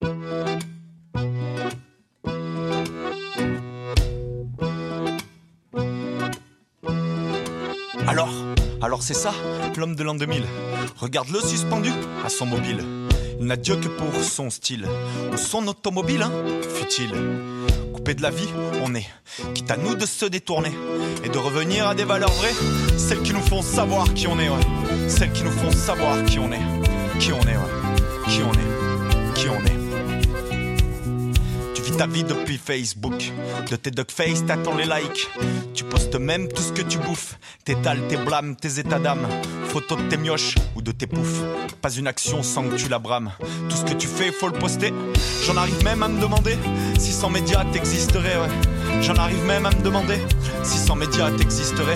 Alors c'est ça, l'homme de l'an 2000. Regarde-le suspendu à son mobile. Il n'a Dieu que pour son style ou son automobile, futile. Coupé de la vie, on est. Quitte à nous de se détourner et de revenir à des valeurs vraies, celles qui nous font savoir qui on est, ouais. Celles qui nous font savoir qui on est. Qui on est, ouais. Qui on est. Qui on est. Tu vis ta vie depuis Facebook. De tes duckface, t'attends les likes. Tu postes même tout ce que tu bouffes. T'étales tes blâmes, tes états d'âme. Photos de tes mioches ou de tes poufs. Pas une action sans que tu la brames. Tout ce que tu fais, faut le poster. J'en arrive même à me demander si sans médias t'existerais, ouais. J'en arrive même à me demander si sans médias t'existerais.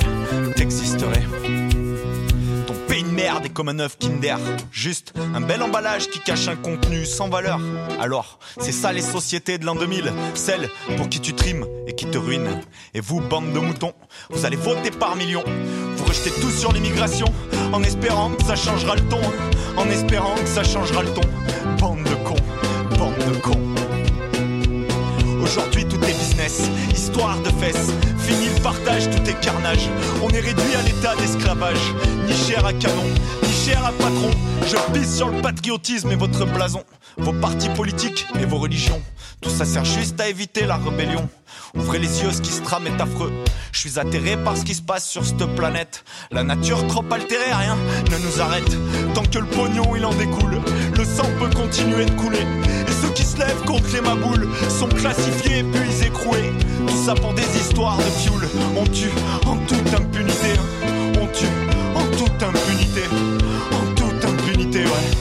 Ton pays de merde est comme un œuf Kinder. Juste un bel emballage qui cache un contenu sans valeur. Alors, c'est ça les sociétés de l'an 2000. Celles pour qui tu trimes et qui te ruinent. Et vous, bande de moutons, vous allez voter par millions. Vous rejetez tout sur l'immigration en espérant que ça changera le ton. En espérant que ça changera le ton. Bande de cons, bande de cons. Aujourd'hui tout est business, histoire de fesses. Fini le partage, tout est carnage. On est réduit à l'état d'esclavage. Ni chair à canon, ni chair à patron. Je pisse sur le patriotisme et votre blason. Vos partis politiques et vos religions. Tout ça sert juste à éviter la rébellion. Ouvrez les yeux, ce qui se trame est affreux. Je suis atterré par ce qui se passe sur cette planète. La nature trop altérée, rien ne nous arrête. Tant que le pognon il en découle, le sang peut continuer de couler. Et ceux qui se lèvent contre les maboules sont classifiés puis écroués. Tout ça pour des histoires de fioul. On tue en toute impunité. On tue en toute impunité. En toute impunité, ouais.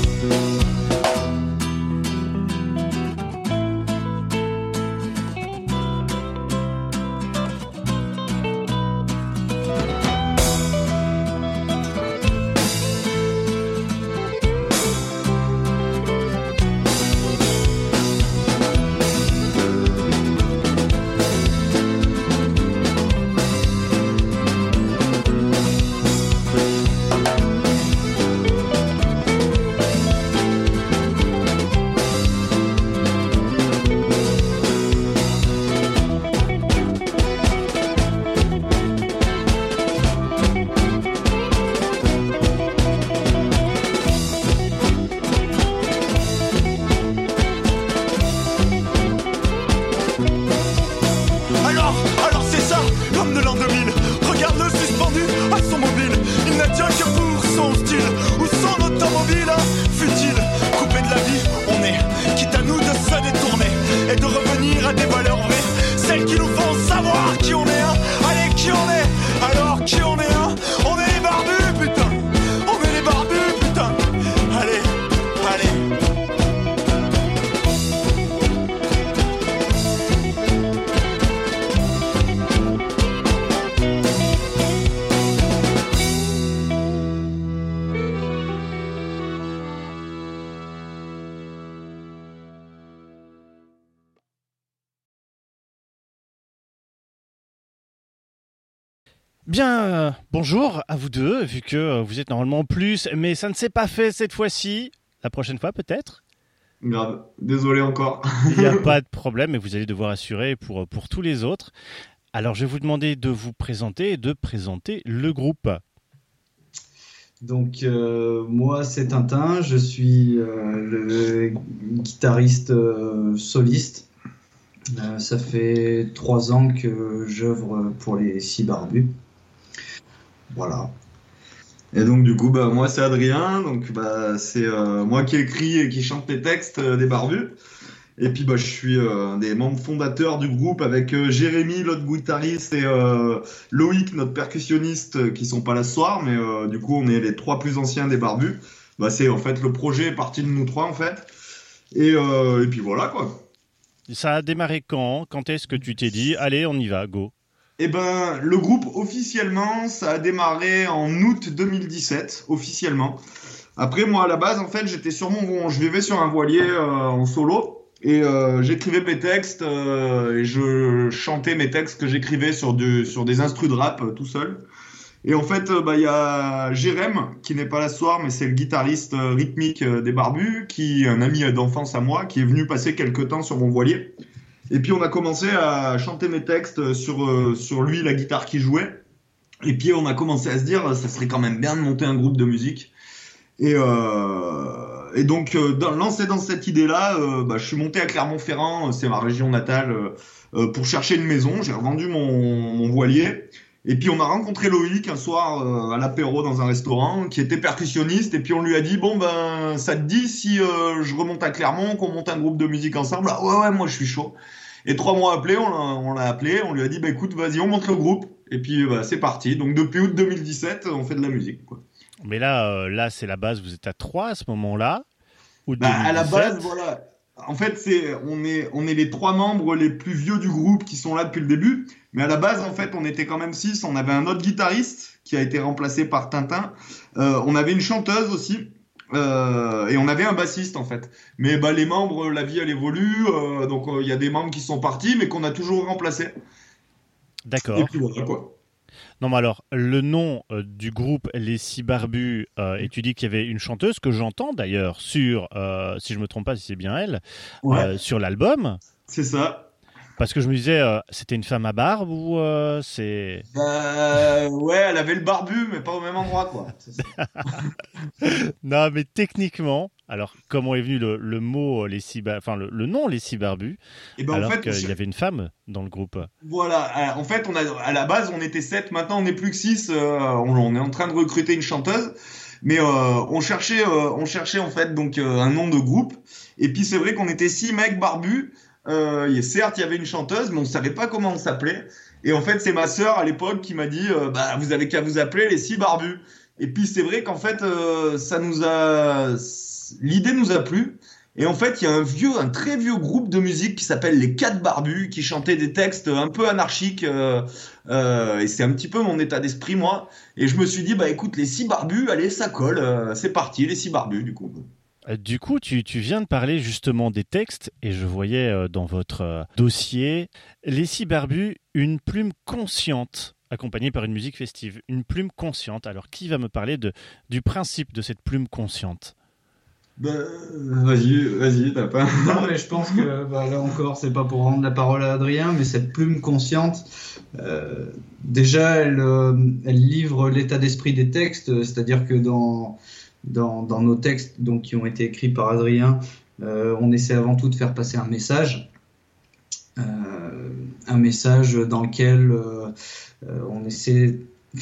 Bien, bonjour à vous deux, vu que vous êtes normalement plus, mais ça ne s'est pas fait cette fois-ci. La prochaine fois, peut-être ? Grave, désolé encore. Il n'y a pas de problème, mais vous allez devoir assurer pour tous les autres. Alors, je vais vous demander de vous présenter et de présenter le groupe. Donc, moi, c'est Tintin, je suis le guitariste soliste. Ça fait 3 ans que j'œuvre pour les 6 Barbus. Voilà. Et donc du coup, moi c'est Adrien, donc c'est moi qui écris et qui chante les textes des Barbus. Et puis je suis un des membres fondateurs du groupe avec Jérémy, l'autre guitariste, et Loïc, notre percussionniste, qui sont pas là ce soir, mais du coup on est les 3 plus anciens des Barbus. C'est en fait le projet est parti de nous 3 en fait. Et puis voilà quoi. Ça a démarré quand ? Quand est-ce que tu t'es dit « Allez, on y va, go » ? Eh ben, le groupe, officiellement, ça a démarré en août 2017, officiellement. Après, moi, à la base, en fait, je vivais sur un voilier en solo, et j'écrivais mes textes, et je chantais mes textes que j'écrivais sur des instrus de rap tout seul. Et en fait, il y a Jérém, qui n'est pas là ce soir, mais c'est le guitariste rythmique des Barbus, qui est un ami d'enfance à moi, qui est venu passer quelques temps sur mon voilier. Et puis on a commencé à chanter mes textes sur lui, la guitare qu'il jouait. Et puis on a commencé à se dire, ça serait quand même bien de monter un groupe de musique. Et donc, lancé dans cette idée-là, je suis monté à Clermont-Ferrand, c'est ma région natale, pour chercher une maison. J'ai revendu mon voilier. Et puis on a rencontré Loïc un soir à l'apéro dans un restaurant, qui était percussionniste. Et puis on lui a dit, bon ben, ça te dit si je remonte à Clermont, qu'on monte un groupe de musique ensemble? Ah, ouais, moi je suis chaud. Et 3 mois après, on l'a appelé, on lui a dit, bah écoute, vas-y, on monte le groupe. Et puis c'est parti. Donc depuis août 2017, on fait de la musique, quoi. Mais là, c'est la base. Vous êtes à 3 à ce moment-là. Août À la 2017. base, voilà. En fait, on est les 3 membres les plus vieux du groupe qui sont là depuis le début. Mais à la base, en fait, on était quand même 6. On avait un autre guitariste qui a été remplacé par Tintin. On avait une chanteuse aussi. Et on avait un bassiste, en fait. Mais les membres, la vie, elle évolue. Donc, il y a des membres qui sont partis, mais qu'on a toujours remplacés. D'accord. Et puis voilà, quoi. Non, mais alors, le nom du groupe Les Six Barbus, et tu dis qu'il y avait une chanteuse que j'entends d'ailleurs sur, si je me trompe pas, si c'est bien elle, Ouais. sur l'album. C'est ça. Parce que je me disais, c'était une femme à barbe ou c'est... Ouais, elle avait le barbu, mais pas au même endroit, quoi. C'est ça. Non, mais techniquement, alors comment est venu le mot les six, enfin le nom Les Six Barbus, Et ben, alors en fait, qu'il y avait une femme dans le groupe. voilà, en fait, à la base, on était 7, maintenant on n'est plus que 6, on est en train de recruter une chanteuse, mais on cherchait en fait donc un nom de groupe, et puis c'est vrai qu'on était 6 mecs barbus, certes il y avait une chanteuse, mais on savait pas comment on s'appelait, et en fait c'est ma sœur à l'époque qui m'a dit, vous avez qu'à vous appeler les 6 barbus, et puis c'est vrai qu'en fait l'idée nous a plu. Et en fait, il y a un très vieux groupe de musique qui s'appelle les 4 Barbus, qui chantait des textes un peu anarchiques, et c'est un petit peu mon état d'esprit, moi. Et je me suis dit, écoute, les 6 Barbus, allez, ça colle, c'est parti, les 6 Barbus, du coup. Du coup, tu viens de parler justement des textes, et je voyais dans votre dossier Les Six Barbus, une plume consciente, accompagnée par une musique festive. Une plume consciente. Alors, qui va me parler du principe de cette plume consciente ? Vas-y, t'as pas. Non, mais je pense que là encore, c'est pas pour rendre la parole à Adrien, mais cette plume consciente, déjà, elle livre l'état d'esprit des textes, c'est-à-dire que dans nos textes donc, qui ont été écrits par Adrien, on essaie avant tout de faire passer un message dans lequel on essaye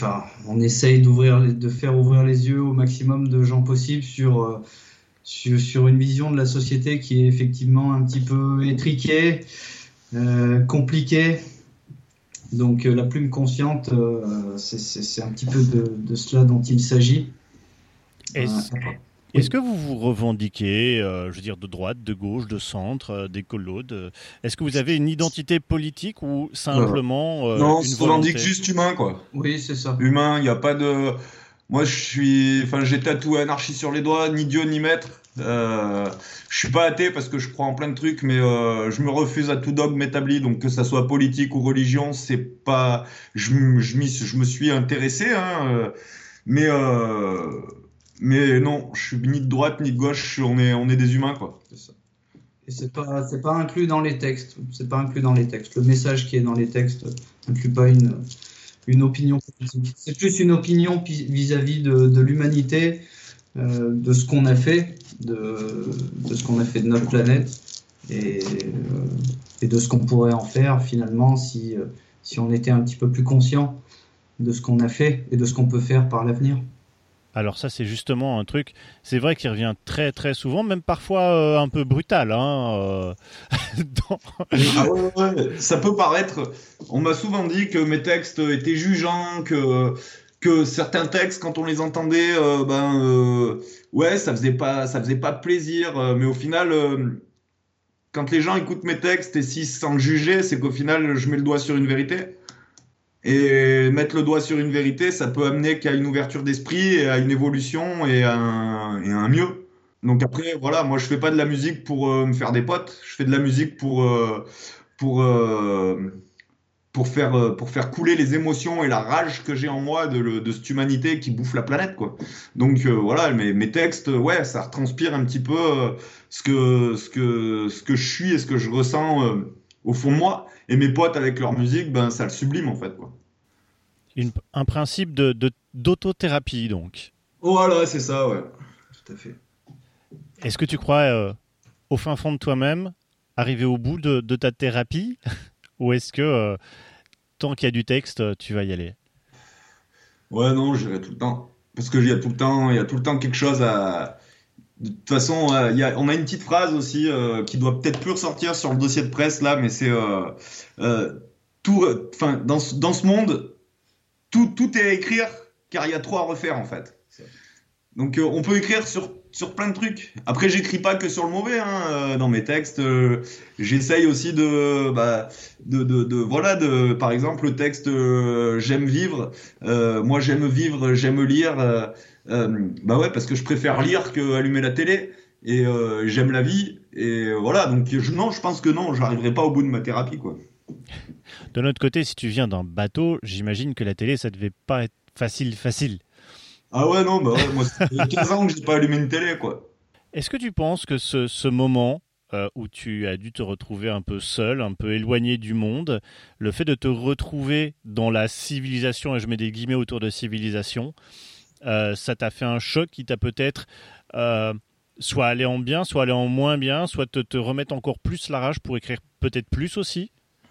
de faire ouvrir les yeux au maximum de gens possible sur une vision de la société qui est effectivement un petit peu étriquée, compliquée. Donc la plume consciente, c'est un petit peu de cela dont il s'agit. Est-ce que vous vous revendiquez, je veux dire, de droite, de gauche, de centre, d'écolo Est-ce que vous avez une identité politique ou simplement non, une on volonté revendique juste humain, quoi. Oui, c'est ça. Humain, il n'y a pas de... Moi, j'ai tatoué anarchie sur les doigts, ni Dieu ni maître. Je suis pas athée parce que je crois en plein de trucs, mais je me refuse à tout dogme établi. Donc que ça soit politique ou religion, c'est pas. Je me suis intéressé, hein, mais non, je suis ni de droite ni de gauche. On est des humains, quoi. C'est ça. Et c'est pas inclus dans les textes. C'est pas inclus dans les textes. Le message qui est dans les textes n'inclut pas une opinion politique. C'est plus une opinion vis-à-vis de l'humanité, de ce qu'on a fait, de ce qu'on a fait de notre planète et de ce qu'on pourrait en faire finalement si on était un petit peu plus conscient de ce qu'on a fait et de ce qu'on peut faire par l'avenir. Alors ça, c'est justement un truc, c'est vrai qu'il revient très très souvent, même parfois un peu brutal. Hein, Ah ouais, ça peut paraître... On m'a souvent dit que mes textes étaient jugeants, que certains textes, quand on les entendait, ouais, ça faisait pas plaisir. Mais au final, quand les gens écoutent mes textes et s'ils se sentent jugés, c'est qu'au final, je mets le doigt sur une vérité. Et mettre le doigt sur une vérité, ça peut amener qu'à une ouverture d'esprit, et à une évolution et à un mieux. Donc après, voilà, moi je fais pas de la musique pour me faire des potes. Je fais de la musique pour pour faire couler les émotions et la rage que j'ai en moi de cette humanité qui bouffe la planète, quoi. Donc voilà, mes textes, ouais, ça retranspire un petit peu ce que je suis et ce que je ressens au fond de moi. Et mes potes avec leur musique, ben ça le sublime en fait, quoi. Un principe d'autothérapie, donc. Voilà, c'est ça, ouais. Tout à fait. Est-ce que tu crois, au fin fond de toi-même, arriver au bout de ta thérapie ou est-ce que, tant qu'il y a du texte, tu vas y aller? Ouais, non, j'irai tout le temps. Parce qu'il y a tout le temps quelque chose à... De toute façon, on a une petite phrase aussi qui doit peut-être plus ressortir sur le dossier de presse, là, mais c'est... dans ce monde... Tout est à écrire, car il y a trop à refaire, en fait. Donc, on peut écrire sur plein de trucs. Après, j'écris pas que sur le mauvais, hein, dans mes textes. J'essaye aussi par exemple, le texte j'aime vivre. Moi, j'aime vivre, j'aime lire. Ouais, parce que je préfère lire que allumer la télé. Et j'aime la vie. Et voilà, donc je pense que non, j'arriverai pas au bout de ma thérapie, quoi. De l'autre côté, si tu viens d'un bateau, j'imagine que la télé, ça devait pas être facile. Ah ouais, non, moi, ça fait 15 ans que j'ai pas allumé une télé, quoi. Est-ce que tu penses que ce moment où tu as dû te retrouver un peu seul, un peu éloigné du monde, le fait de te retrouver dans la civilisation, et je mets des guillemets autour de civilisation, ça t'a fait un choc qui t'a peut-être soit allé en bien, soit allé en moins bien, soit te remettre encore plus la rage pour écrire peut-être plus aussi?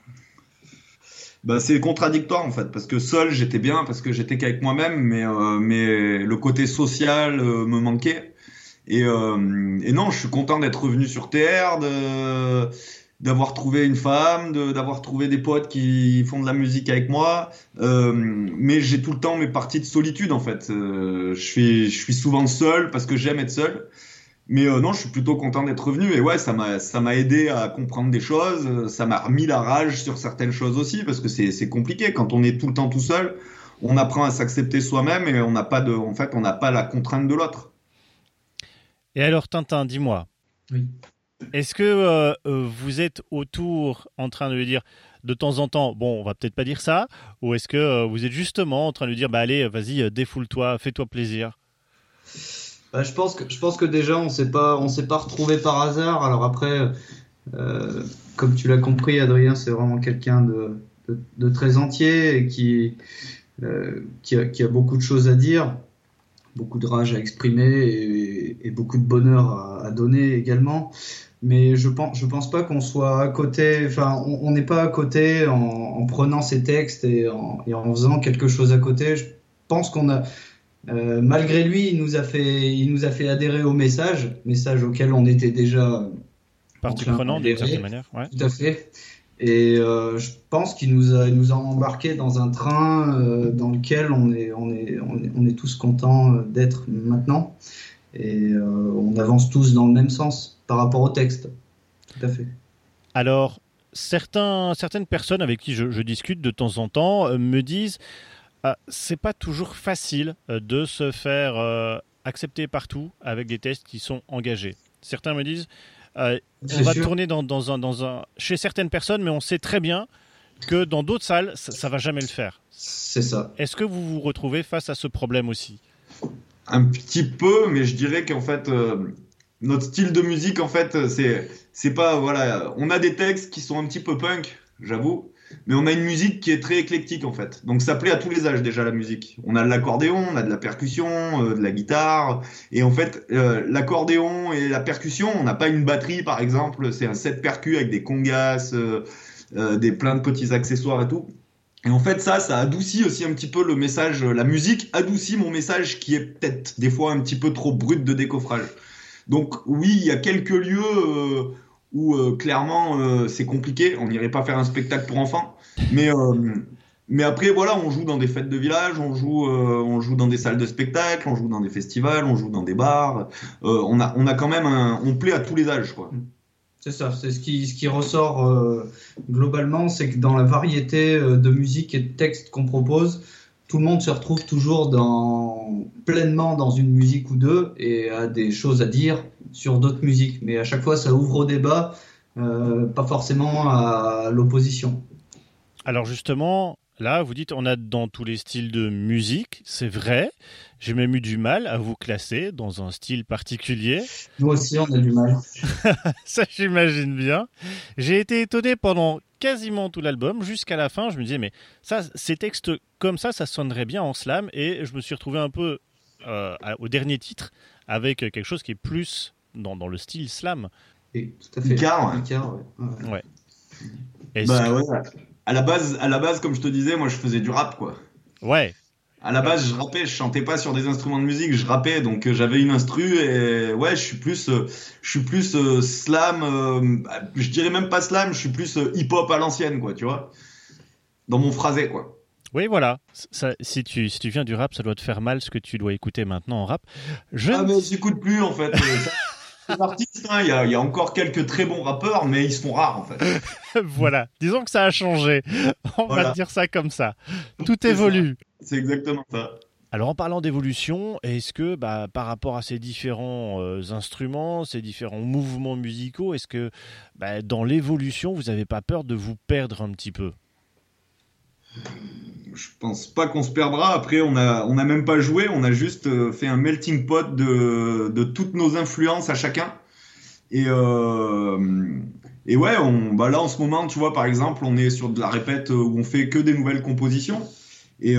Bah, c'est contradictoire en fait, parce que seul j'étais bien, parce que j'étais qu'avec moi-même, mais le côté social me manquait. Et non, je suis content d'être revenu sur Terre, d'avoir trouvé une femme, d'avoir trouvé des potes qui font de la musique avec moi. Mais j'ai tout le temps mes parties de solitude en fait. Je suis souvent seul parce que j'aime être seul. Mais non, je suis plutôt content d'être revenu. Et ouais, ça m'a aidé à comprendre des choses. Ça m'a remis la rage sur certaines choses aussi, parce que c'est compliqué. Quand on est tout le temps tout seul, on apprend à s'accepter soi-même et on n'a pas la contrainte de l'autre. Et alors, Tintin, dis-moi. Oui. Est-ce que vous êtes autour en train de lui dire de temps en temps, bon, on va peut-être pas dire ça, ou est-ce que vous êtes justement en train de lui dire, bah allez, vas-y, défoule-toi, fais-toi plaisir? Je pense que déjà on s'est pas retrouvé par hasard. Alors après, comme tu l'as compris, Adrien, c'est vraiment quelqu'un de très entier et qui a beaucoup de choses à dire, beaucoup de rage à exprimer et beaucoup de bonheur à donner également. Mais je pense pas qu'on soit à côté. Enfin, on n'est pas à côté en prenant ces textes et en faisant quelque chose à côté. Je pense qu'on a malgré lui, il nous a fait adhérer au message auquel on était déjà partie prenante d'une certaine manière. Ouais. Tout à fait. Et je pense qu'il nous a embarqué dans un train dans lequel on est tous contents d'être maintenant. Et on avance tous dans le même sens par rapport au texte. Tout à fait. Alors, certaines personnes avec qui je discute de temps en temps me disent c'est pas toujours facile de se faire accepter partout avec des textes qui sont engagés. Certains me disent on va tourner chez certaines personnes, mais on sait très bien que dans d'autres salles, ça va jamais le faire. C'est ça. Est-ce que vous vous retrouvez face à ce problème aussi? Un petit peu, mais je dirais qu'en fait, notre style de musique, en fait, c'est pas, voilà, on a des textes qui sont un petit peu punk, j'avoue. Mais on a une musique qui est très éclectique en fait. Donc ça plaît à tous les âges déjà la musique. On a de l'accordéon, on a de la percussion, de la guitare. Et en fait, l'accordéon et la percussion, on n'a pas une batterie par exemple. C'est un set percu avec des congas, plein de petits accessoires et tout. Et en fait ça adoucit aussi un petit peu le message. La musique adoucit mon message qui est peut-être des fois un petit peu trop brut de décoffrage. Donc oui, il y a quelques lieux... où clairement c'est compliqué, on n'irait pas faire un spectacle pour enfants, mais après voilà, on joue dans des fêtes de village, on joue dans des salles de spectacle, on joue dans des festivals, on joue dans des bars, on a quand même on plaît à tous les âges quoi. C'est ça, c'est ce qui ressort globalement, c'est que dans la variété de musique et de textes qu'on propose, tout le monde se retrouve toujours pleinement dans une musique ou deux et a des choses à dire sur d'autres musiques. Mais à chaque fois, ça ouvre au débat, pas forcément à l'opposition. Alors justement, là, vous dites on a dans tous les styles de musique, c'est vrai. J'ai même eu du mal à vous classer dans un style particulier. Nous aussi, on a du mal. Ça, j'imagine bien. J'ai été étonné pendant quasiment tout l'album, jusqu'à la fin. Je me disais, mais ça, ces textes comme ça sonnerait bien en slam. Et je me suis retrouvé un peu au dernier titre avec quelque chose qui est plus dans le style slam. Et, tout à fait. Icare, ouais. Icare, ouais. Ouais. Ouais. À la base, comme je te disais, moi je faisais du rap, quoi. Ouais. À la base, je rappais, je chantais pas sur des instruments de musique, je rappais, donc j'avais une instru et ouais, je suis plus slam, je dirais même pas slam, je suis plus hip-hop à l'ancienne, quoi, tu vois, dans mon phrasé, quoi. Oui, voilà. Ça, si tu viens du rap, ça doit te faire mal ce que tu dois écouter maintenant en rap. Mais j'écoute plus, en fait. Les artistes, hein, il y a encore quelques très bons rappeurs, mais ils se font rares, en fait. Voilà. Disons que ça a changé. On va dire ça comme ça. Tout évolue. C'est exactement ça. Alors en parlant d'évolution, est-ce que par rapport à ces différents instruments, ces différents mouvements musicaux, est-ce que dans l'évolution, vous n'avez pas peur de vous perdre un petit peu ? Je pense pas qu'on se perdra. Après, on a même pas joué, on a juste fait un melting pot de toutes nos influences à chacun. Et ouais, là en ce moment, tu vois, par exemple, on est sur de la répète où on fait que des nouvelles compositions. Et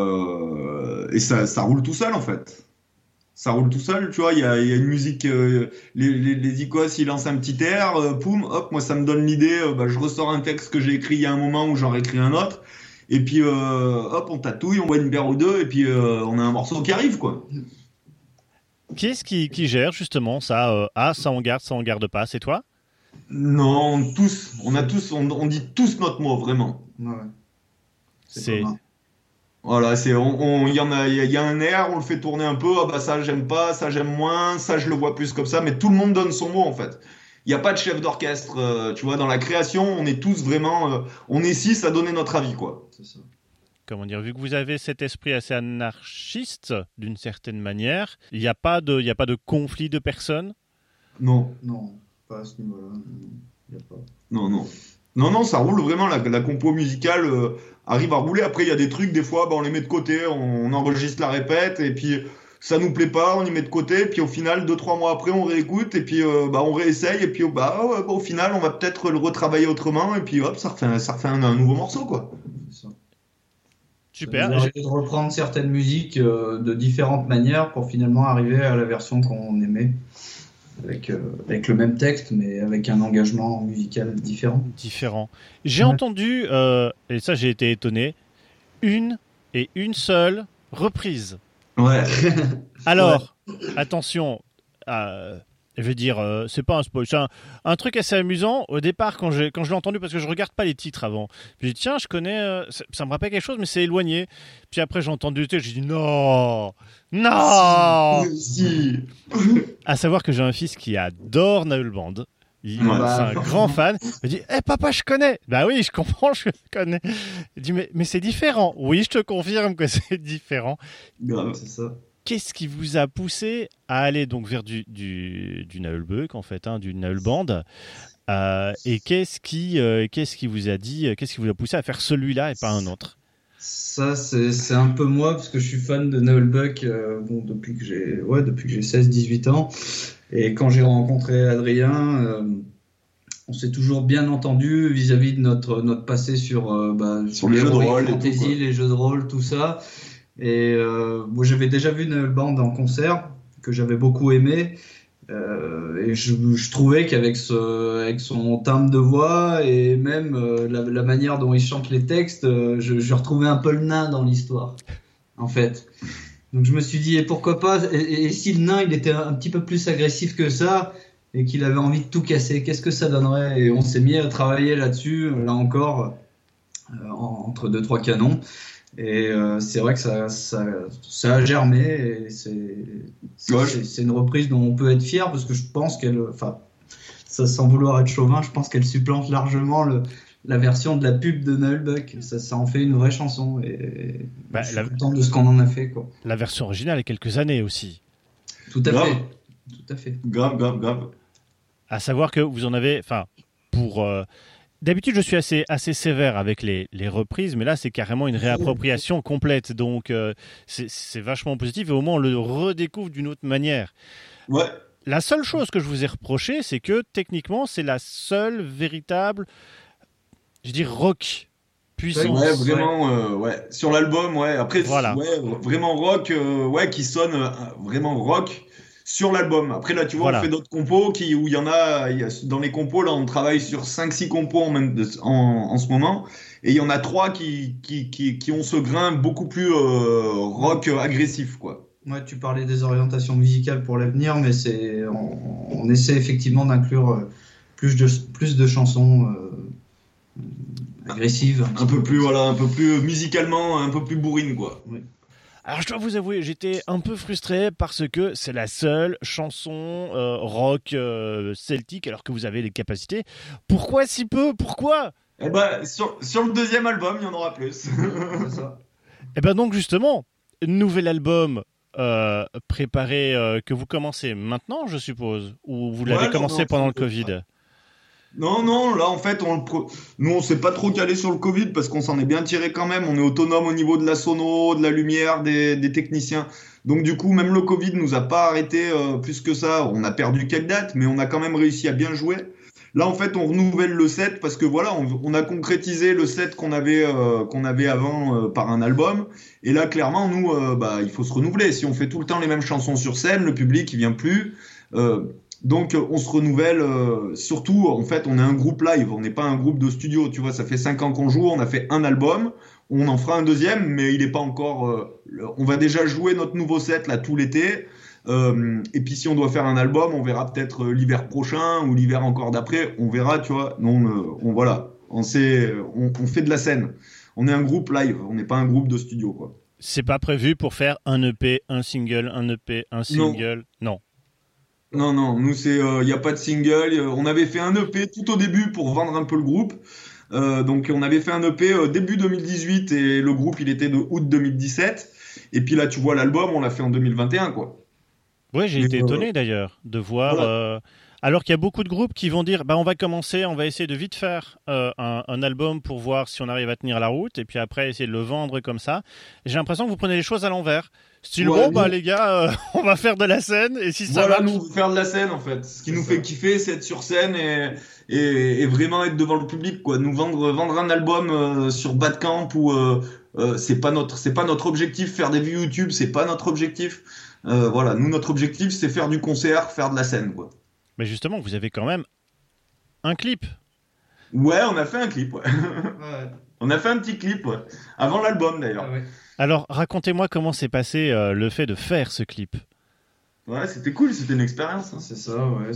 ça roule tout seul, en fait. Ça roule tout seul, tu vois. Il y a une musique, les Icos, ils lancent un petit air, poum, hop, moi ça me donne l'idée. Je ressors un texte que j'ai écrit il y a un moment où j'en réécris un autre. Et puis, hop, on tatouille, on boit une bière ou deux, et puis on a un morceau qui arrive, quoi. Qui est-ce qui gère justement ça ça on garde pas, c'est toi ? Non, on dit tous notre mot, vraiment. Ouais. C'est... Voilà, il y a un air, on le fait tourner un peu, ça j'aime pas, ça j'aime moins, ça je le vois plus comme ça, mais tout le monde donne son mot en fait. Il n'y a pas de chef d'orchestre, tu vois, dans la création, on est tous vraiment, on est 6 à donner notre avis, quoi. C'est ça. Comment dire, vu que vous avez cet esprit assez anarchiste, d'une certaine manière, il n'y a pas de conflit de personnes ? Non. Non, pas à ce niveau-là. Il n'y a pas. Non, ça roule vraiment, la compo musicale arrive à rouler. Après, il y a des trucs, des fois, on les met de côté, on enregistre la répète, et puis ça nous plaît pas, on y met de côté, puis au final, 2-3 mois après, on réécoute, et puis on réessaye, et puis au final, on va peut-être le retravailler autrement, et puis hop, ça refait un nouveau morceau, quoi. C'est ça. Super. Ça nous arrive de reprendre certaines musiques de différentes manières pour finalement arriver à la version qu'on aimait. Avec le même texte, mais avec un engagement musical différent. J'ai entendu, et ça j'ai été étonné, une seule reprise. Ouais. Alors, attention, je veux dire, c'est pas un spoil, c'est un truc assez amusant. Au départ, quand je l'ai entendu, parce que je regarde pas les titres avant, j'ai dit tiens, je connais, ça me rappelle quelque chose, mais c'est éloigné. Puis après, j'ai entendu, j'ai dit non. Si. À savoir que j'ai un fils qui adore Naël-Band. C'est un grand fan. Il me dit papa, je connais. Bah oui, je comprends, je connais. Il dit mais c'est différent. Oui, je te confirme que c'est différent. Grave. C'est ça. Qu'est-ce qui vous a poussé à aller donc vers du Naël-Buck, en fait, du Naël-Band, et qu'est-ce qui vous a dit, qu'est-ce qui vous a poussé à faire celui-là et pas un autre ? Ça, c'est un peu moi, parce que je suis fan de Naël-Buck depuis que j'ai 16-18 ans. Et quand j'ai rencontré Adrien, on s'est toujours bien entendu vis-à-vis de notre passé sur les jeux de rôle, fantasy, les jeux de rôle, tout ça. Et moi, j'avais déjà vu Naël-Band en concert, que j'avais beaucoup aimé. Et je trouvais qu'avec son timbre de voix et même la manière dont il chante les textes, je retrouvais un peu le nain dans l'histoire, en fait. Donc je me suis dit, et pourquoi pas, et si le nain il était un petit peu plus agressif que ça, et qu'il avait envie de tout casser, qu'est-ce que ça donnerait ? Et on s'est mis à travailler là-dessus, là encore, entre 2-3 canons. Et c'est vrai que ça a germé, et c'est une reprise dont on peut être fier, parce que je pense ça sans vouloir être chauvin, je pense qu'elle supplante largement la version de la pub de Naël-Buck. Ça en fait une vraie chanson, et je suis content de ce qu'on en a fait, quoi. La version originale a quelques années aussi. Tout à fait. Grave. À savoir que vous en avez, pour D'habitude, je suis assez sévère avec les reprises, mais là, c'est carrément une réappropriation complète. Donc, c'est vachement positif et au moins, on le redécouvre d'une autre manière. Ouais. La seule chose que je vous ai reproché, c'est que techniquement, c'est la seule véritable, je dis, rock puissance. Ouais, vraiment, ouais. Sur l'album, ouais. Après, Voilà. ouais, vraiment rock, ouais, qui sonne vraiment rock sur l'album. Après, là, tu vois, Voilà. on fait d'autres compos où il y a dans les compos, là, on travaille sur 5-6 compos en ce moment. Et il y en a 3 qui ont ce grain beaucoup plus rock agressif, quoi. Ouais, tu parlais des orientations musicales pour l'avenir, mais on essaie effectivement d'inclure plus de chansons agressives. Un peu plus, voilà, un peu plus musicalement, un peu plus bourrine, quoi. Oui. Alors, je dois vous avouer, j'étais un peu frustré parce que c'est la seule chanson rock celtique, alors que vous avez les capacités. Pourquoi si peu? Pourquoi? Eh ben, sur le deuxième album, il y en aura plus. C'est ça. Eh ben donc, justement, nouvel album préparé que vous commencez maintenant, je suppose, ou vous l'avez Ouais, commencé non, pendant le c'est- Covid? Non, là en fait, nous on s'est pas trop calé sur le Covid parce qu'on s'en est bien tiré quand même. On est autonome au niveau de la sono, de la lumière, des techniciens. Donc du coup, même le Covid nous a pas arrêté plus que ça. On a perdu quelques dates, mais on a quand même réussi à bien jouer. Là en fait, on renouvelle le set parce que voilà, on a concrétisé le set qu'on avait avant par un album. Et là, clairement, nous, il faut se renouveler. Si on fait tout le temps les mêmes chansons sur scène, le public il vient plus. Donc on se renouvelle, surtout en fait on est un groupe live, on n'est pas un groupe de studio, tu vois, ça fait 5 ans qu'on joue, on a fait un album, on en fera un deuxième, mais il n'est pas encore, on va déjà jouer notre nouveau set là tout l'été, et puis si on doit faire un album, on verra peut-être l'hiver prochain ou l'hiver encore d'après, on verra, tu vois, non, voilà, on fait de la scène, on est un groupe live, on n'est pas un groupe de studio, quoi. C'est pas prévu pour faire un EP, un single, un EP, un single? Non. Non, nous c'est, y a pas de single. On avait fait un EP tout au début pour vendre un peu le groupe. Donc on avait fait un EP début 2018 et le groupe il était de août 2017. Et puis là tu vois l'album, on l'a fait en 2021 quoi. Oui, j'ai Mais, été étonné d'ailleurs de voir. voilà. Alors qu'il y a beaucoup de groupes qui vont dire, on va commencer, on va essayer de vite faire un album pour voir si on arrive à tenir la route, et puis après essayer de le vendre comme ça. J'ai l'impression que vous prenez les choses à l'envers. Style, Ouais, les gars, on va faire de la scène, et si ça Voilà, marche... nous faire de la scène en fait. Ce qui nous fait kiffer, c'est être sur scène et vraiment être devant le public quoi. Nous vendre un album sur Badcamp ou c'est pas notre objectif. Faire des vues YouTube, c'est pas notre objectif. Voilà, nous notre objectif c'est faire du concert, faire de la scène quoi. Mais justement, vous avez quand même un clip. Ouais, on a fait un clip, ouais. Ouais. On a fait un petit clip, ouais. Avant l'album, d'ailleurs. Ah ouais. Alors, racontez-moi comment s'est passé le fait de faire ce clip. Ouais, c'était cool, c'était une expérience. Hein. C'est ça, ouais.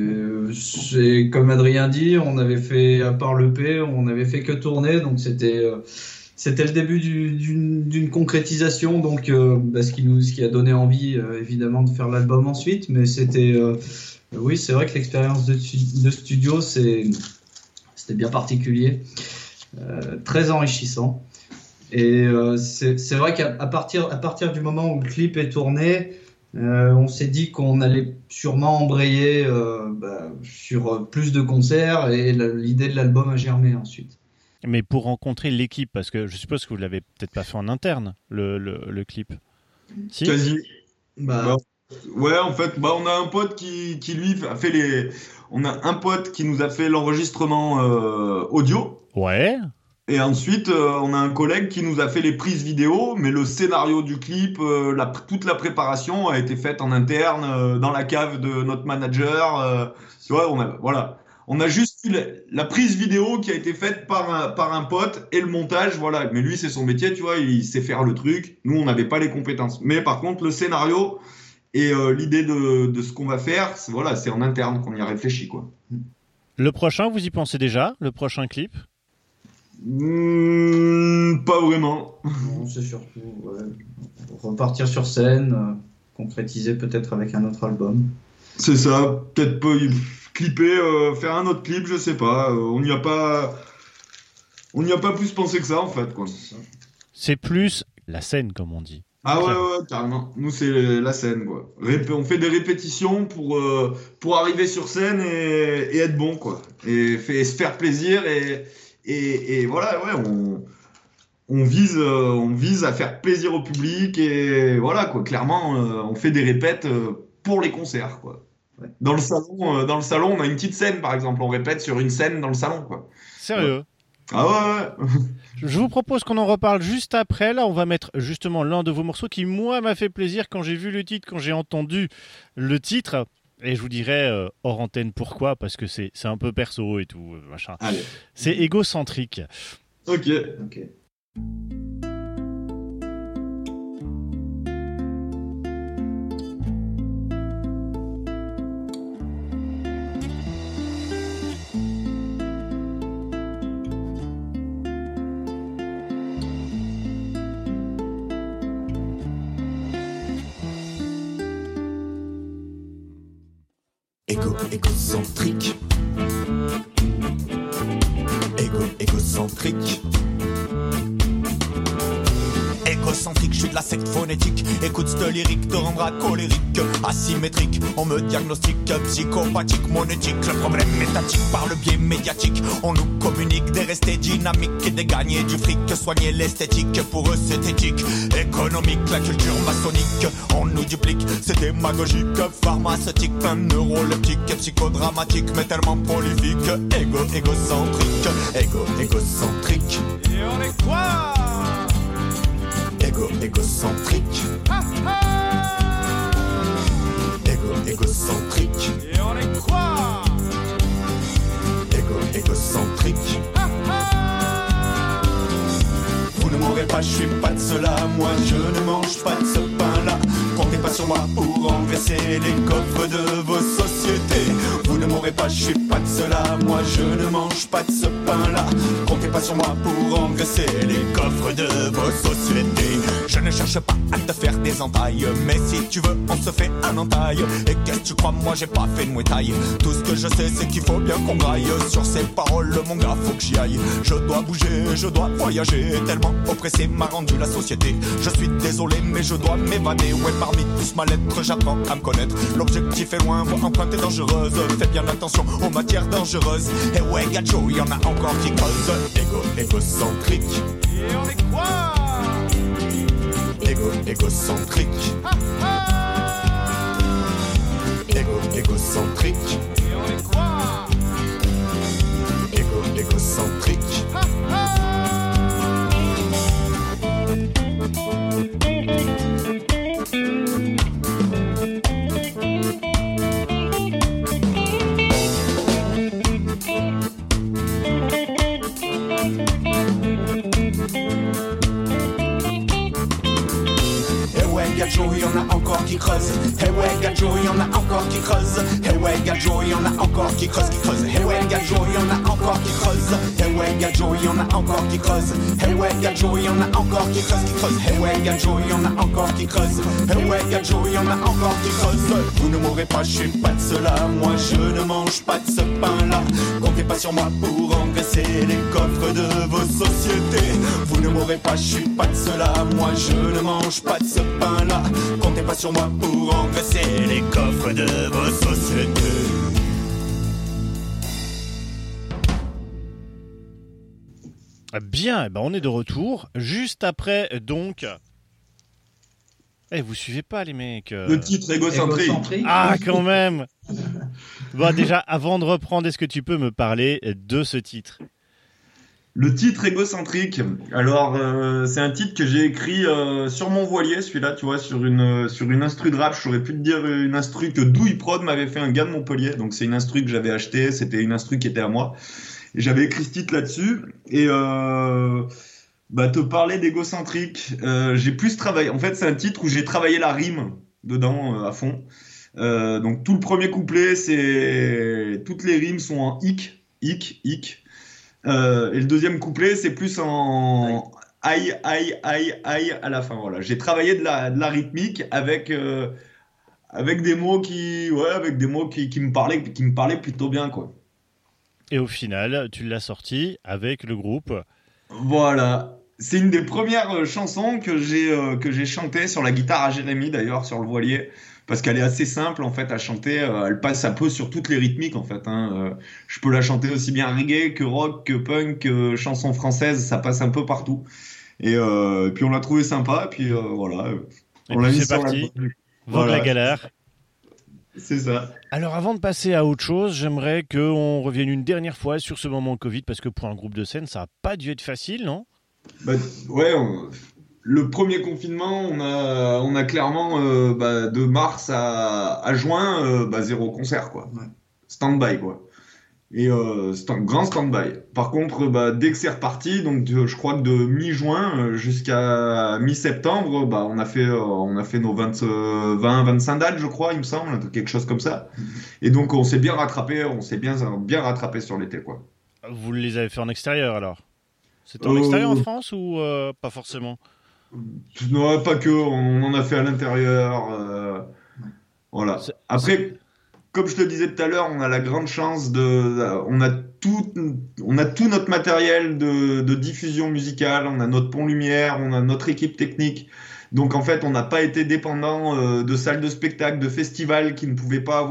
C'est comme Adrien dit, on avait fait, à part l'EP, on avait fait que tourner, donc c'était le début d'une concrétisation, donc ce qui a donné envie évidemment de faire l'album ensuite, mais oui, c'est vrai que l'expérience de studio c'était bien particulier, très enrichissant. Et c'est vrai qu'à partir du moment où le clip est tourné, on s'est dit qu'on allait sûrement embrayer sur plus de concerts et l'idée de l'album a germé ensuite. Mais pour rencontrer l'équipe, parce que je suppose que vous l'avez peut-être pas fait en interne, le clip. Si ? Quasi. Bah, Ouais, en fait, on a un pote qui lui a fait on a un pote qui nous a fait l'enregistrement audio. Ouais. Et ensuite, on a un collègue qui nous a fait les prises vidéo, mais le scénario du clip, toute la préparation a été faite en interne, dans la cave de notre manager. Tu vois, voilà. On a juste eu la prise vidéo qui a été faite par un pote et le montage, voilà. Mais lui, c'est son métier, tu vois, il sait faire le truc. Nous, on n'avait pas les compétences. Mais par contre, le scénario et l'idée de ce qu'on va faire, c'est en interne qu'on y a réfléchi, quoi. Le prochain, vous y pensez déjà? Le prochain clip? Pas vraiment. non, c'est surtout repartir sur scène, concrétiser peut-être avec un autre album. C'est ça, peut-être pas clipper, faire un autre clip, je sais pas. On n'y a pas plus pensé que ça en fait, quoi. C'est plus la scène, comme on dit. Ah ouais, carrément. Nous, c'est la scène, quoi. On fait des répétitions pour arriver sur scène et être bon, quoi. Et se faire plaisir et voilà, ouais, on vise à faire plaisir au public et voilà, quoi. Clairement, on fait des répètes pour les concerts, quoi. Ouais. Dans le salon, on a une petite scène, par exemple. On répète sur une scène dans le salon, quoi. Sérieux? Ah ouais. Je vous propose qu'on en reparle juste après. Là, on va mettre justement l'un de vos morceaux qui, moi, m'a fait plaisir quand j'ai vu le titre, quand j'ai entendu le titre. Et je vous dirai hors antenne pourquoi, parce que c'est un peu perso et tout, machin. Allez. C'est égocentrique. Ok. Égocentrique. Égocentrique. Égocentrique, je suis de la secte phonétique. Écoute ce lyrique te rendra colérique. Asymétrique, on me diagnostique psychopathique, monétique. Le problème étatique par le biais médiatique. On nous communique des restés dynamiques et des gagnés du fric. Soigner l'esthétique, pour eux c'est éthique. Économique, la culture maçonnique. On nous duplique, c'est démagogique. Pharmaceutique, un neuroleptique. Psychodramatique, mais tellement prolifique. Égocentrique. Égocentrique. Et on est quoi? Égocentrique. Égocentrique. Et on est quoi? Égocentrique. Vous ne m'aurez pas, je suis pas de cela. Moi je ne mange pas de ce pain-là. Comptez pas sur moi pour engraisser les coffres de vos sociétés. Vous ne m'aurez pas, je suis pas de cela. Moi je ne mange pas de ce pain-là. Comptez pas sur moi pour engraisser les coffres de vos sociétés. Je ne cherche pas à te faire des entailles, mais si tu veux on se fait un entaille. Et qu'est-ce que tu crois, moi j'ai pas fait de muay thai. Tout ce que je sais c'est qu'il faut bien qu'on graille. Sur ces paroles mon gars faut que j'y aille. Je dois bouger, je dois voyager. Tellement oppressé m'a rendu la société. Je suis désolé mais je dois m'évader. Ouais, parmi tous ma lettre j'apprends à me connaître. L'objectif est loin, voie empreinte est dangereuse. Fais bien attention aux matières dangereuses. Et ouais gacho, y'en a encore qui creusent. Égocentrique. Et on est quoi? Égocentrique. Égocentrique. Et on est quoi? Égocentrique. Gadjo, y'en a encore qui creusent. Hey ouais, Gadjo, y'en a encore qui creusent. Hey ouais, Gadjo, y'en a encore qui creusent, Hey ouais, Gadjo, y'en a encore qui creusent. Hey ouais, Gadjo, y'en a encore qui creusent. Hey ouais, Gadjo, y'en a encore qui creusent, Hey ouais, Gadjo, y'en a encore qui creusent. Hey ouais, Gadjo, y'en a encore qui creusent. Vous ne m'aurez pas, je suis pas de cela. Moi, je ne mange pas de ce pain-là. Comptez pas sur moi pour engraisser les coffres de vos sociétés. Vous ne m'aurez pas, je suis pas de cela. Moi, je ne mange pas de ce pain-là. Comptez pas sur moi pour engraisser les coffres de vos sociétés. Bien, eh ben on est de retour. Juste après, donc... vous suivez pas les mecs. Le titre égocentrique. Ah, quand même. Bon, déjà, avant de reprendre, est-ce que tu peux me parler de ce titre ? Le titre égocentrique. Alors, c'est un titre que j'ai écrit sur mon voilier, celui-là, tu vois, sur une instru de rap. J'aurais pu te dire une instru que Douille Prod m'avait fait, un gars de Montpellier. Donc, c'est une instru que j'avais achetée. C'était une instru qui était à moi. Et j'avais écrit ce titre là-dessus. Et te parler d'égocentrique, j'ai plus travaillé. En fait, c'est un titre où j'ai travaillé la rime dedans à fond. Donc, tout le premier couplet, toutes les rimes sont en hic. Et le deuxième couplet, c'est plus en aïe à la fin. Voilà. J'ai travaillé de la rythmique avec des mots qui me parlaient plutôt bien, quoi. Et au final, tu l'as sorti avec le groupe. Voilà. C'est une des premières chansons que j'ai chantées sur la guitare à Jérémy d'ailleurs, sur le voilier, parce qu'elle est assez simple en fait à chanter. Elle passe un peu sur toutes les rythmiques en fait. Je peux la chanter aussi bien reggae que rock, que punk, que chanson française. Ça passe un peu partout. Et puis on l'a trouvé sympa. Et puis voilà, Et on l'a puis mis c'est sur parti. la... Vogue Voilà. la galère. C'est ça. Alors avant de passer à autre chose, j'aimerais qu'on revienne une dernière fois sur ce moment Covid, parce que pour un groupe de scène, ça n'a pas dû être facile, non? Bah, ouais, le premier confinement, on a clairement de mars à juin, zéro concert quoi. Ouais. Stand-by quoi. Et c'est un grand stand-by. Par contre, dès que c'est reparti, donc je crois que de mi-juin jusqu'à mi-septembre, on a fait nos 20-25 dates, je crois, il me semble, quelque chose comme ça. Et donc on s'est bien rattrapé rattrapé sur l'été quoi. Vous les avez fait en extérieur alors? C'était en extérieur en France ou pas forcément? Non, pas que, on en a fait à l'intérieur. Voilà. C'est- Après, comme je te disais tout à l'heure, on a la grande chance on a tout notre matériel de diffusion musicale, on a notre pont lumière, on a notre équipe technique. Donc en fait, on n'a pas été dépendant de salles de spectacle, de festivals qui ne pouvaient pas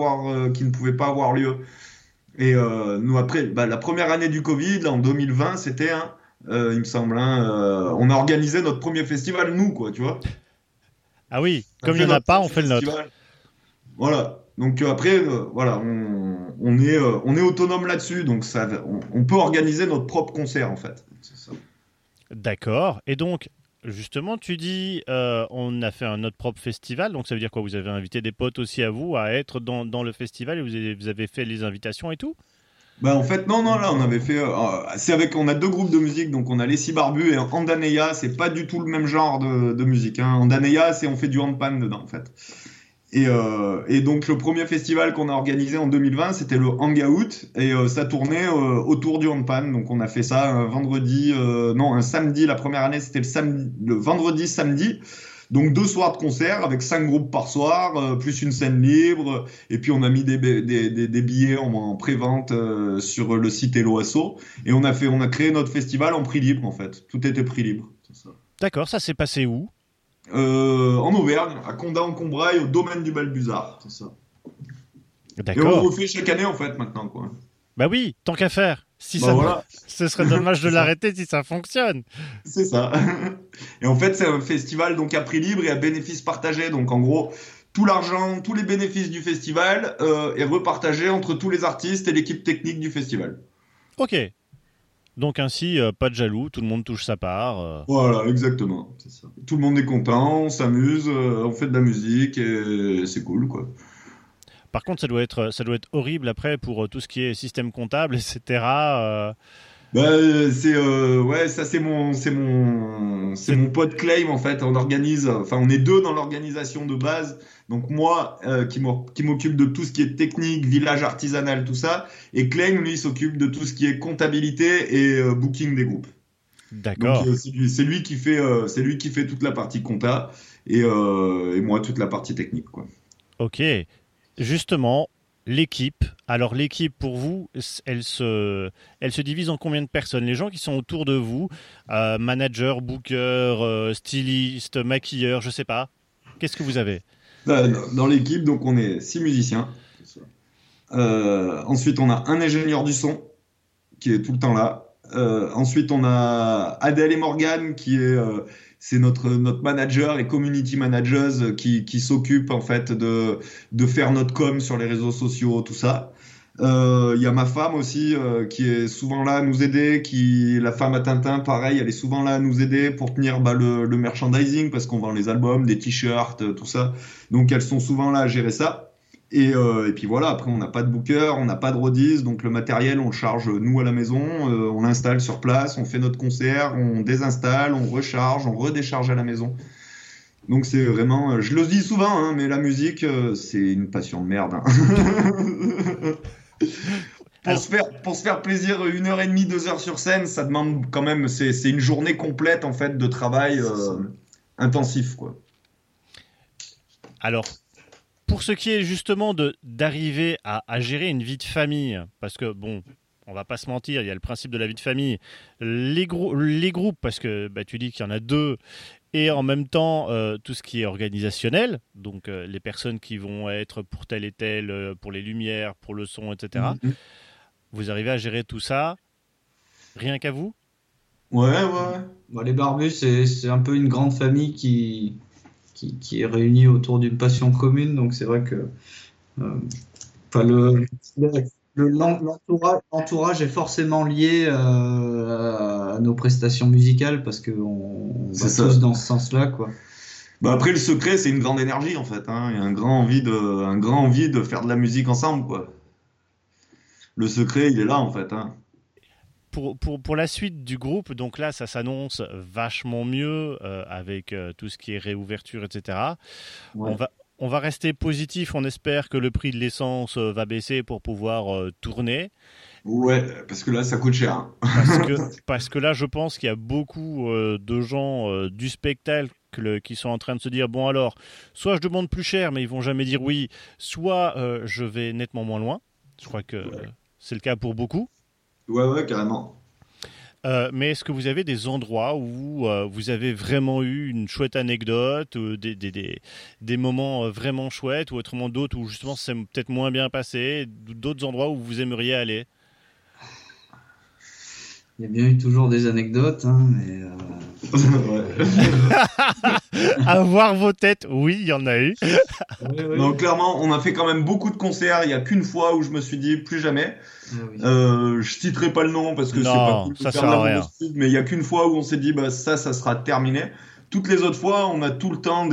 avoir lieu. Et nous après, la première année du Covid, là, en 2020, c'était il me semble, on a organisé notre premier festival, nous, quoi, tu vois. Ah oui, On a comme il fait n'y en a notre pas, on premier fait le nôtre. festival. Voilà. Donc après, voilà, on est autonome là-dessus, donc on peut organiser notre propre concert en fait. C'est ça. D'accord. Et donc, justement, tu dis, on a fait notre propre festival, donc ça veut dire quoi? Vous avez invité des potes aussi à vous à être dans le festival et vous avez fait les invitations et tout? En fait, non, là, on avait fait. On a deux groupes de musique, donc on a les Six Barbus et Andaneya, c'est pas du tout le même genre de musique. Andaneya, on fait du handpan dedans, en fait. Et donc, le premier festival qu'on a organisé en 2020, c'était le Hangout, et ça tournait autour du handpan. Donc, on a fait ça un samedi. La première année, c'était le vendredi, samedi. Donc 2 soirs de concert avec 5 groupes par soir, plus une scène libre. Et puis on a mis des billets en pré-vente sur le site Hello Asso. Et on a créé notre festival en prix libre en fait. Tout était prix libre. C'est ça. D'accord, ça s'est passé où? En Auvergne, à Condat-en-Combraille, au domaine du Balbuzard. C'est ça. Et on D'accord. refait chaque année en fait maintenant quoi. Bah oui, tant qu'à faire. Si Bah ça, voilà. ce serait dommage de C'est ça. l'arrêter si ça fonctionne. C'est ça. Et en fait, c'est un festival donc à prix libre et à bénéfice partagé. Donc en gros, tout l'argent, tous les bénéfices du festival est repartagé entre tous les artistes et l'équipe technique du festival. Ok. Donc ainsi, pas de jaloux, tout le monde touche sa part. Voilà, exactement. C'est ça. Tout le monde est content, on s'amuse, on fait de la musique et c'est cool quoi. Par contre, ça doit être horrible après pour tout ce qui est système comptable, etc. euh, Ça c'est mon pote Claim en fait. On est deux dans l'organisation de base. Donc moi qui m'occupe de tout ce qui est technique, village artisanal, tout ça, et Claim lui s'occupe de tout ce qui est comptabilité et booking des groupes. D'accord. Donc c'est lui qui fait toute la partie compta et moi toute la partie technique quoi. Ok. Justement, l'équipe. Alors l'équipe pour vous, elle se divise en combien de personnes? Les gens qui sont autour de vous, manager, booker, styliste, maquilleur, je sais pas. Qu'est-ce que vous avez? Dans l'équipe, donc on est 6 musiciens. C'est ça. Ensuite, on a un ingénieur du son qui est tout le temps là. Ensuite, on a Adèle et Morgane c'est notre manager et community managers qui s'occupent en fait de faire notre com sur les réseaux sociaux, tout ça. Il y a ma femme aussi qui est souvent là à nous aider, la femme à Tintin, pareil, elle est souvent là à nous aider pour tenir le merchandising parce qu'on vend les albums, des t-shirts, tout ça. Donc elles sont souvent là à gérer ça. Et puis voilà, après on n'a pas de booker, on n'a pas de roadies, donc le matériel on le charge nous à la maison, on l'installe sur place, on fait notre concert, on désinstalle, on recharge, on redécharge à la maison. Donc c'est vraiment, je le dis souvent, mais la musique c'est une passion de merde. Pour se faire plaisir 1h30, 2 heures sur scène, ça demande quand même, c'est une journée complète en fait de travail intensif quoi. Alors, pour ce qui est justement d'arriver à gérer une vie de famille, parce que bon, on va pas se mentir, il y a le principe de la vie de famille, les groupes, parce que tu dis qu'il y en a 2, et en même temps tout ce qui est organisationnel, donc les personnes qui vont être pour tel et tel, pour les lumières, pour le son, etc. Vous arrivez à gérer tout ça rien qu'à vous? Ouais. Bon, les barbus, c'est un peu une grande famille qui est réunie autour d'une passion commune, donc c'est vrai que l'entourage est forcément lié à nos prestations musicales parce qu'on va tous dans ce sens-là, quoi. Bah après, le secret, c'est une grande énergie, en fait. Hein. Il y a un grand envie de faire de la musique ensemble, quoi. Le secret, il est là, en fait. Hein. Pour la suite du groupe, donc là, ça s'annonce vachement mieux avec tout ce qui est réouverture, etc. Ouais. On va rester positif. On espère que le prix de l'essence va baisser pour pouvoir tourner. Ouais, parce que là, ça coûte cher. Hein. Parce que là, je pense qu'il y a beaucoup de gens du spectacle qui sont en train de se dire, bon alors, soit je demande plus cher, mais ils vont jamais dire oui, soit je vais nettement moins loin. Je crois que c'est le cas pour beaucoup. Ouais, carrément. Mais est-ce que vous avez des endroits où vous avez vraiment eu une chouette anecdote, des moments vraiment chouettes, ou autrement d'autres où justement c'est peut-être moins bien passé, d'autres endroits où vous aimeriez aller? Il y a bien eu toujours des anecdotes, hein, mais... À voir vos têtes, oui, il y en a eu. Oui. Non, clairement, on a fait quand même beaucoup de concerts. Il n'y a qu'une fois où je me suis dit plus jamais. Oui. Je citerai pas le nom parce que c'est pas cool de ça faire sert à rien. Mais il n'y a qu'une fois où on s'est dit ça sera terminé. Toutes les autres fois, on a tout le temps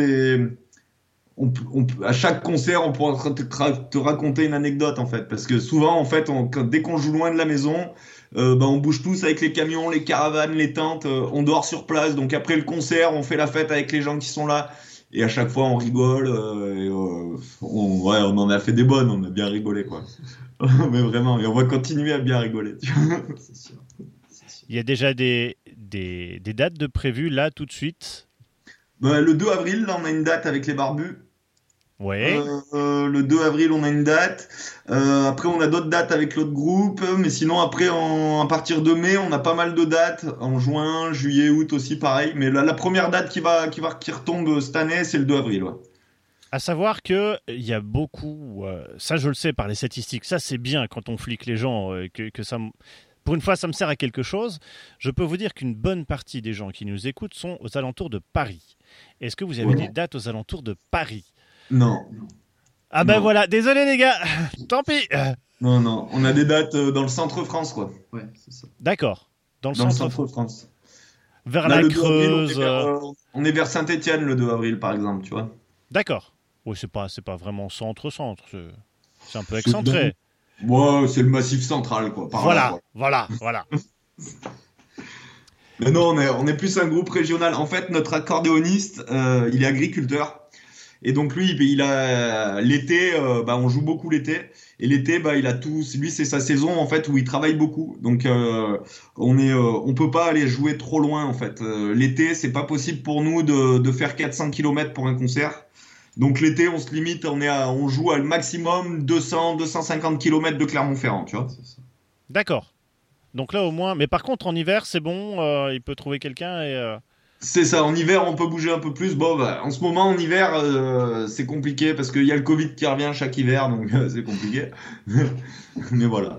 à chaque concert, on pourra te raconter une anecdote en fait, parce que souvent en fait, dès qu'on joue loin de la maison, on bouge tous avec les camions, les caravanes, les tentes, on dort sur place. Donc après le concert, on fait la fête avec les gens qui sont là, et à chaque fois on rigole. On en a fait des bonnes, on a bien rigolé quoi. Mais vraiment, et on va continuer à bien rigoler. C'est sûr. Il y a déjà des dates de prévues là tout de suite? Le 2 avril, là, on a une date avec les barbus. Ouais. Le 2 avril, on a une date. Après, on a d'autres dates avec l'autre groupe. Mais sinon, après, à partir de mai, on a pas mal de dates. En juin, juillet, août aussi, pareil. Mais la première date qui retombe cette année, c'est le 2 avril. Ouais. À savoir qu'il y a beaucoup... ça, je le sais par les statistiques. Ça, c'est bien quand on flique les gens. Que ça... Pour une fois, ça me sert à quelque chose. Je peux vous dire qu'une bonne partie des gens qui nous écoutent sont aux alentours de Paris. Est-ce que vous avez des dates aux alentours de Paris? Non. Ah ben voilà, désolé les gars, tant pis. Non, on a des dates dans le centre-France, quoi. Ouais, c'est ça. D'accord. Dans le centre-France. Vers la Creuse. On est vers Saint-Étienne le 2 avril, par exemple, tu vois. D'accord. Oui, c'est pas vraiment centre-centre. C'est un peu excentré. Ouais, c'est le massif central, quoi. Voilà. Mais non, on est plus un groupe régional. En fait, notre accordéoniste, il est agriculteur. Et donc lui, il a l'été, on joue beaucoup l'été. Et l'été, il a tout. Lui, c'est sa saison en fait où il travaille beaucoup. Donc on peut pas aller jouer trop loin en fait. L'été, c'est pas possible pour nous de faire 400 km pour un concert. Donc l'été, on se limite, on joue à le maximum 250 km de Clermont-Ferrand, tu vois. D'accord. Donc là au moins, mais par contre en hiver, c'est bon, il peut trouver quelqu'un et. C'est ça, en hiver on peut bouger un peu plus. En ce moment en hiver c'est compliqué parce qu'il y a le Covid qui revient chaque hiver, donc c'est compliqué. Mais voilà.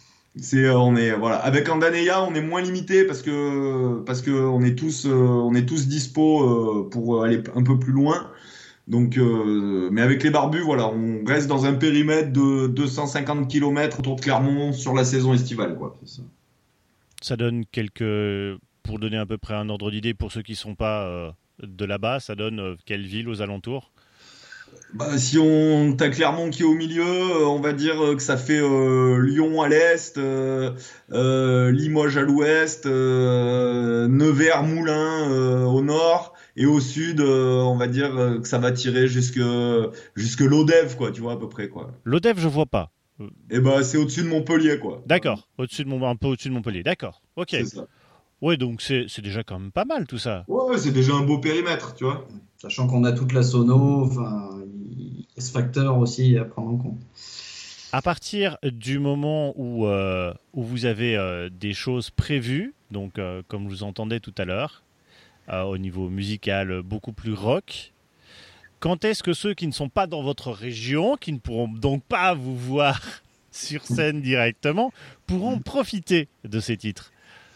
Avec Andaneya on est moins limité parce que on est tous dispo pour aller un peu plus loin. Donc mais avec les barbus, on reste dans un périmètre de 250 km autour de Clermont sur la saison estivale, quoi. C'est ça. Ça donne pour donner à peu près un ordre d'idée pour ceux qui ne sont pas de là-bas, ça donne quelle ville aux alentours? Si on t'a Clermont qui est au milieu, on va dire que ça fait Lyon à l'est, Limoges à l'ouest, Nevers, Moulins au nord, et au sud, on va dire que ça va tirer jusque Lodève, quoi, tu vois à peu près quoi. Lodève, je vois pas. Et c'est au-dessus de Montpellier, quoi. D'accord, un peu au-dessus de Montpellier. D'accord, ok. C'est ça. Ouais, donc c'est déjà quand même pas mal tout ça. Ouais, c'est déjà un beau périmètre, tu vois. Sachant qu'on a toute la sono, il y a ce facteur aussi à prendre en compte. À partir du moment où vous avez des choses prévues, donc comme vous entendez tout à l'heure, au niveau musical beaucoup plus rock, quand est-ce que ceux qui ne sont pas dans votre région, qui ne pourront donc pas vous voir sur scène directement, pourront profiter de ces titres ?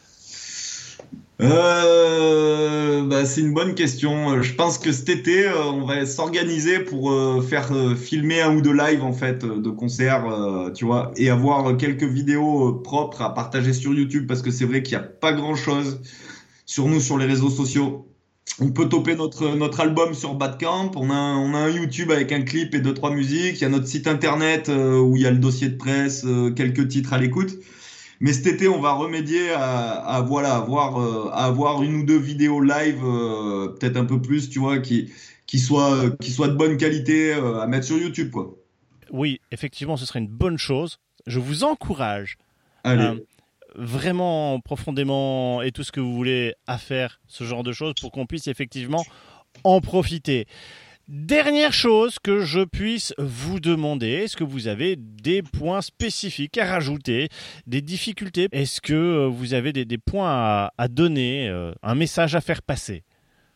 C'est une bonne question. Je pense que cet été, on va s'organiser pour faire filmer un ou deux lives en fait de concerts, tu vois, et avoir quelques vidéos propres à partager sur YouTube parce que c'est vrai qu'il n'y a pas grand-chose sur nous sur les réseaux sociaux. On peut toper notre album sur Bandcamp. On a un YouTube avec un clip et 2-3 musiques. Il y a notre site internet où il y a le dossier de presse, quelques titres à l'écoute. Mais cet été, on va remédier à avoir une ou deux vidéos live, peut-être un peu plus, tu vois, qui soient de bonne qualité à mettre sur YouTube, quoi. Oui, effectivement, ce serait une bonne chose. Je vous encourage vraiment profondément et tout ce que vous voulez à faire ce genre de choses pour qu'on puisse effectivement en profiter. Dernière chose que je puisse vous demander, est-ce que vous avez des points spécifiques à rajouter, des difficultés ? Est-ce que vous avez des points à donner, un message à faire passer ?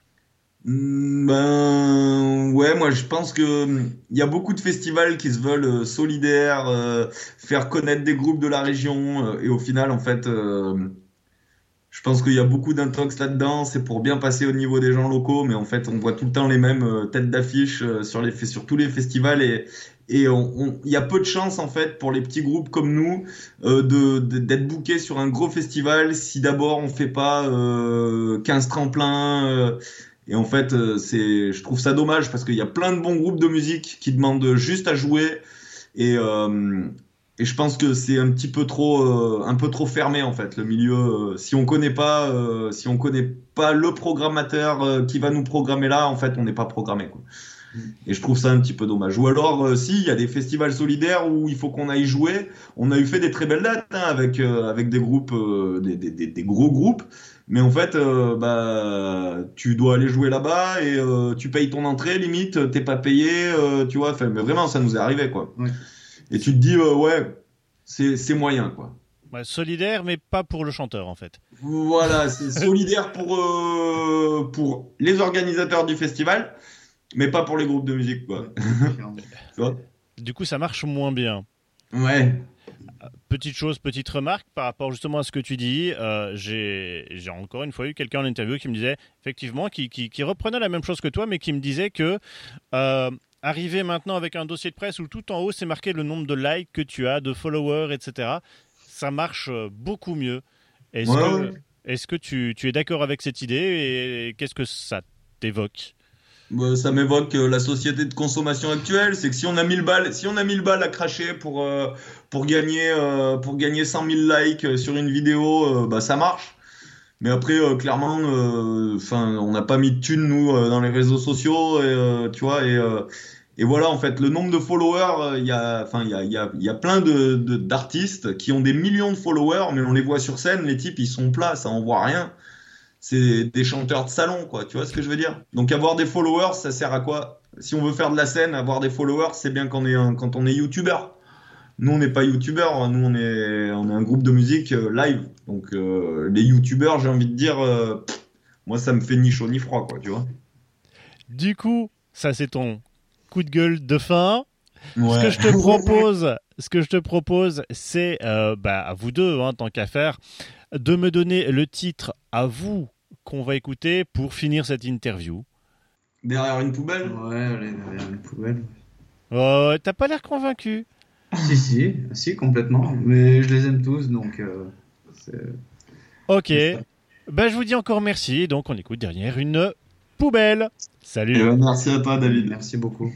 Ouais, moi je pense que il y a beaucoup de festivals qui se veulent solidaires, faire connaître des groupes de la région, et au final en fait je pense qu'il y a beaucoup d'intox là-dedans, c'est pour bien passer au niveau des gens locaux, mais en fait, on voit tout le temps les mêmes têtes d'affiche sur tous les festivals et il y a peu de chance en fait pour les petits groupes comme nous d'être bookés sur un gros festival si d'abord on fait pas 15 tremplins et en fait, je trouve ça dommage parce qu'il y a plein de bons groupes de musique qui demandent juste à jouer et je pense que c'est un peu trop fermé en fait le milieu. Si on connaît pas le programmateur qui va nous programmer là, en fait, on n'est pas programmé, quoi. Et je trouve ça un petit peu dommage. Ou alors, si il y a des festivals solidaires où il faut qu'on aille jouer, on a eu fait des très belles dates avec des groupes, des gros groupes. Mais en fait, tu dois aller jouer là-bas et tu payes ton entrée, limite, t'es pas payé, tu vois. Mais vraiment, ça nous est arrivé, quoi. Ouais. Et tu te dis, c'est moyen, quoi. Ouais, solidaire, mais pas pour le chanteur, en fait. Voilà, c'est solidaire pour les organisateurs du festival, mais pas pour les groupes de musique, quoi. Tu vois ? Du coup, ça marche moins bien. Ouais. Petite remarque par rapport justement à ce que tu dis. J'ai encore une fois eu quelqu'un en interview qui me disait, effectivement, qui reprenait la même chose que toi, mais qui me disait que arriver maintenant avec un dossier de presse où tout en haut c'est marqué le nombre de likes que tu as, de followers, etc., ça marche beaucoup mieux. Est-ce que tu es d'accord avec cette idée et qu'est-ce que ça t'évoque ? Ça m'évoque la société de consommation actuelle. C'est que si on a 1000 balles à cracher pour gagner 100 000 likes sur une vidéo, ça marche. Mais après, clairement, on n'a pas mis de thunes nous dans les réseaux sociaux, tu vois. Et voilà, en fait, le nombre de followers, il y a plein d'artistes qui ont des millions de followers, mais on les voit sur scène, les types ils sont plats, ça en voit rien. C'est des chanteurs de salon, quoi. Tu vois ce que je veux dire ? Donc avoir des followers, ça sert à quoi ? Si on veut faire de la scène, avoir des followers, c'est bien quand on est youtubeur. Nous, on n'est pas youtubeur. Nous, on est un groupe de musique live. Donc les youtubeurs, j'ai envie de dire, moi, ça me fait ni chaud ni froid, quoi. Tu vois ? Du coup, ça c'est ton coup de gueule de fin. Ouais. Ce que je te propose, c'est à vous deux, tant qu'à faire, de me donner le titre à vous qu'on va écouter pour finir cette interview. Derrière une poubelle ? Ouais, allez, derrière une poubelle. T'as pas l'air convaincu. Si, complètement. Mais je les aime tous, donc... Ok. Je vous dis encore merci. Donc, on écoute derrière une poubelle. Salut. Merci à toi, David. Merci beaucoup.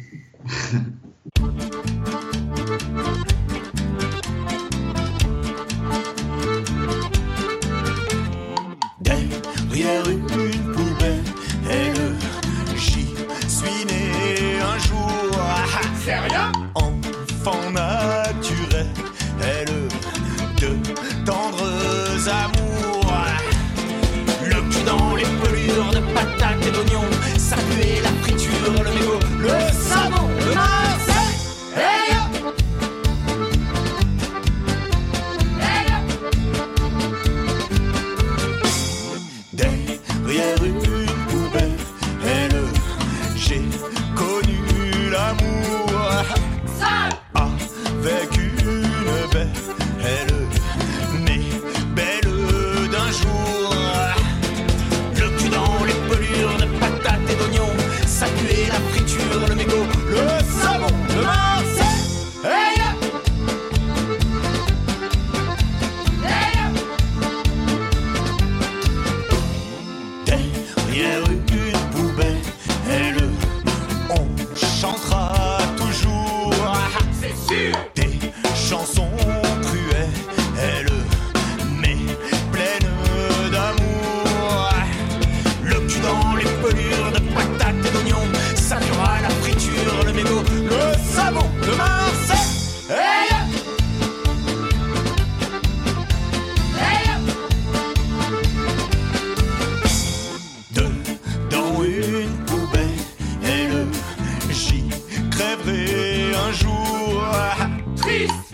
Derrière une poubelle, j'y suis né un jour. C'est rien. Enfant naturel, de tendres amours. Le cul dans les pelures de patates et d'oignons, ça puait la friture, le mégot, le savon, le Marseille. Hey! Demain c'est hey up. Hey up. Deux dans une poubelle, j'y crèverai un jour. Triste.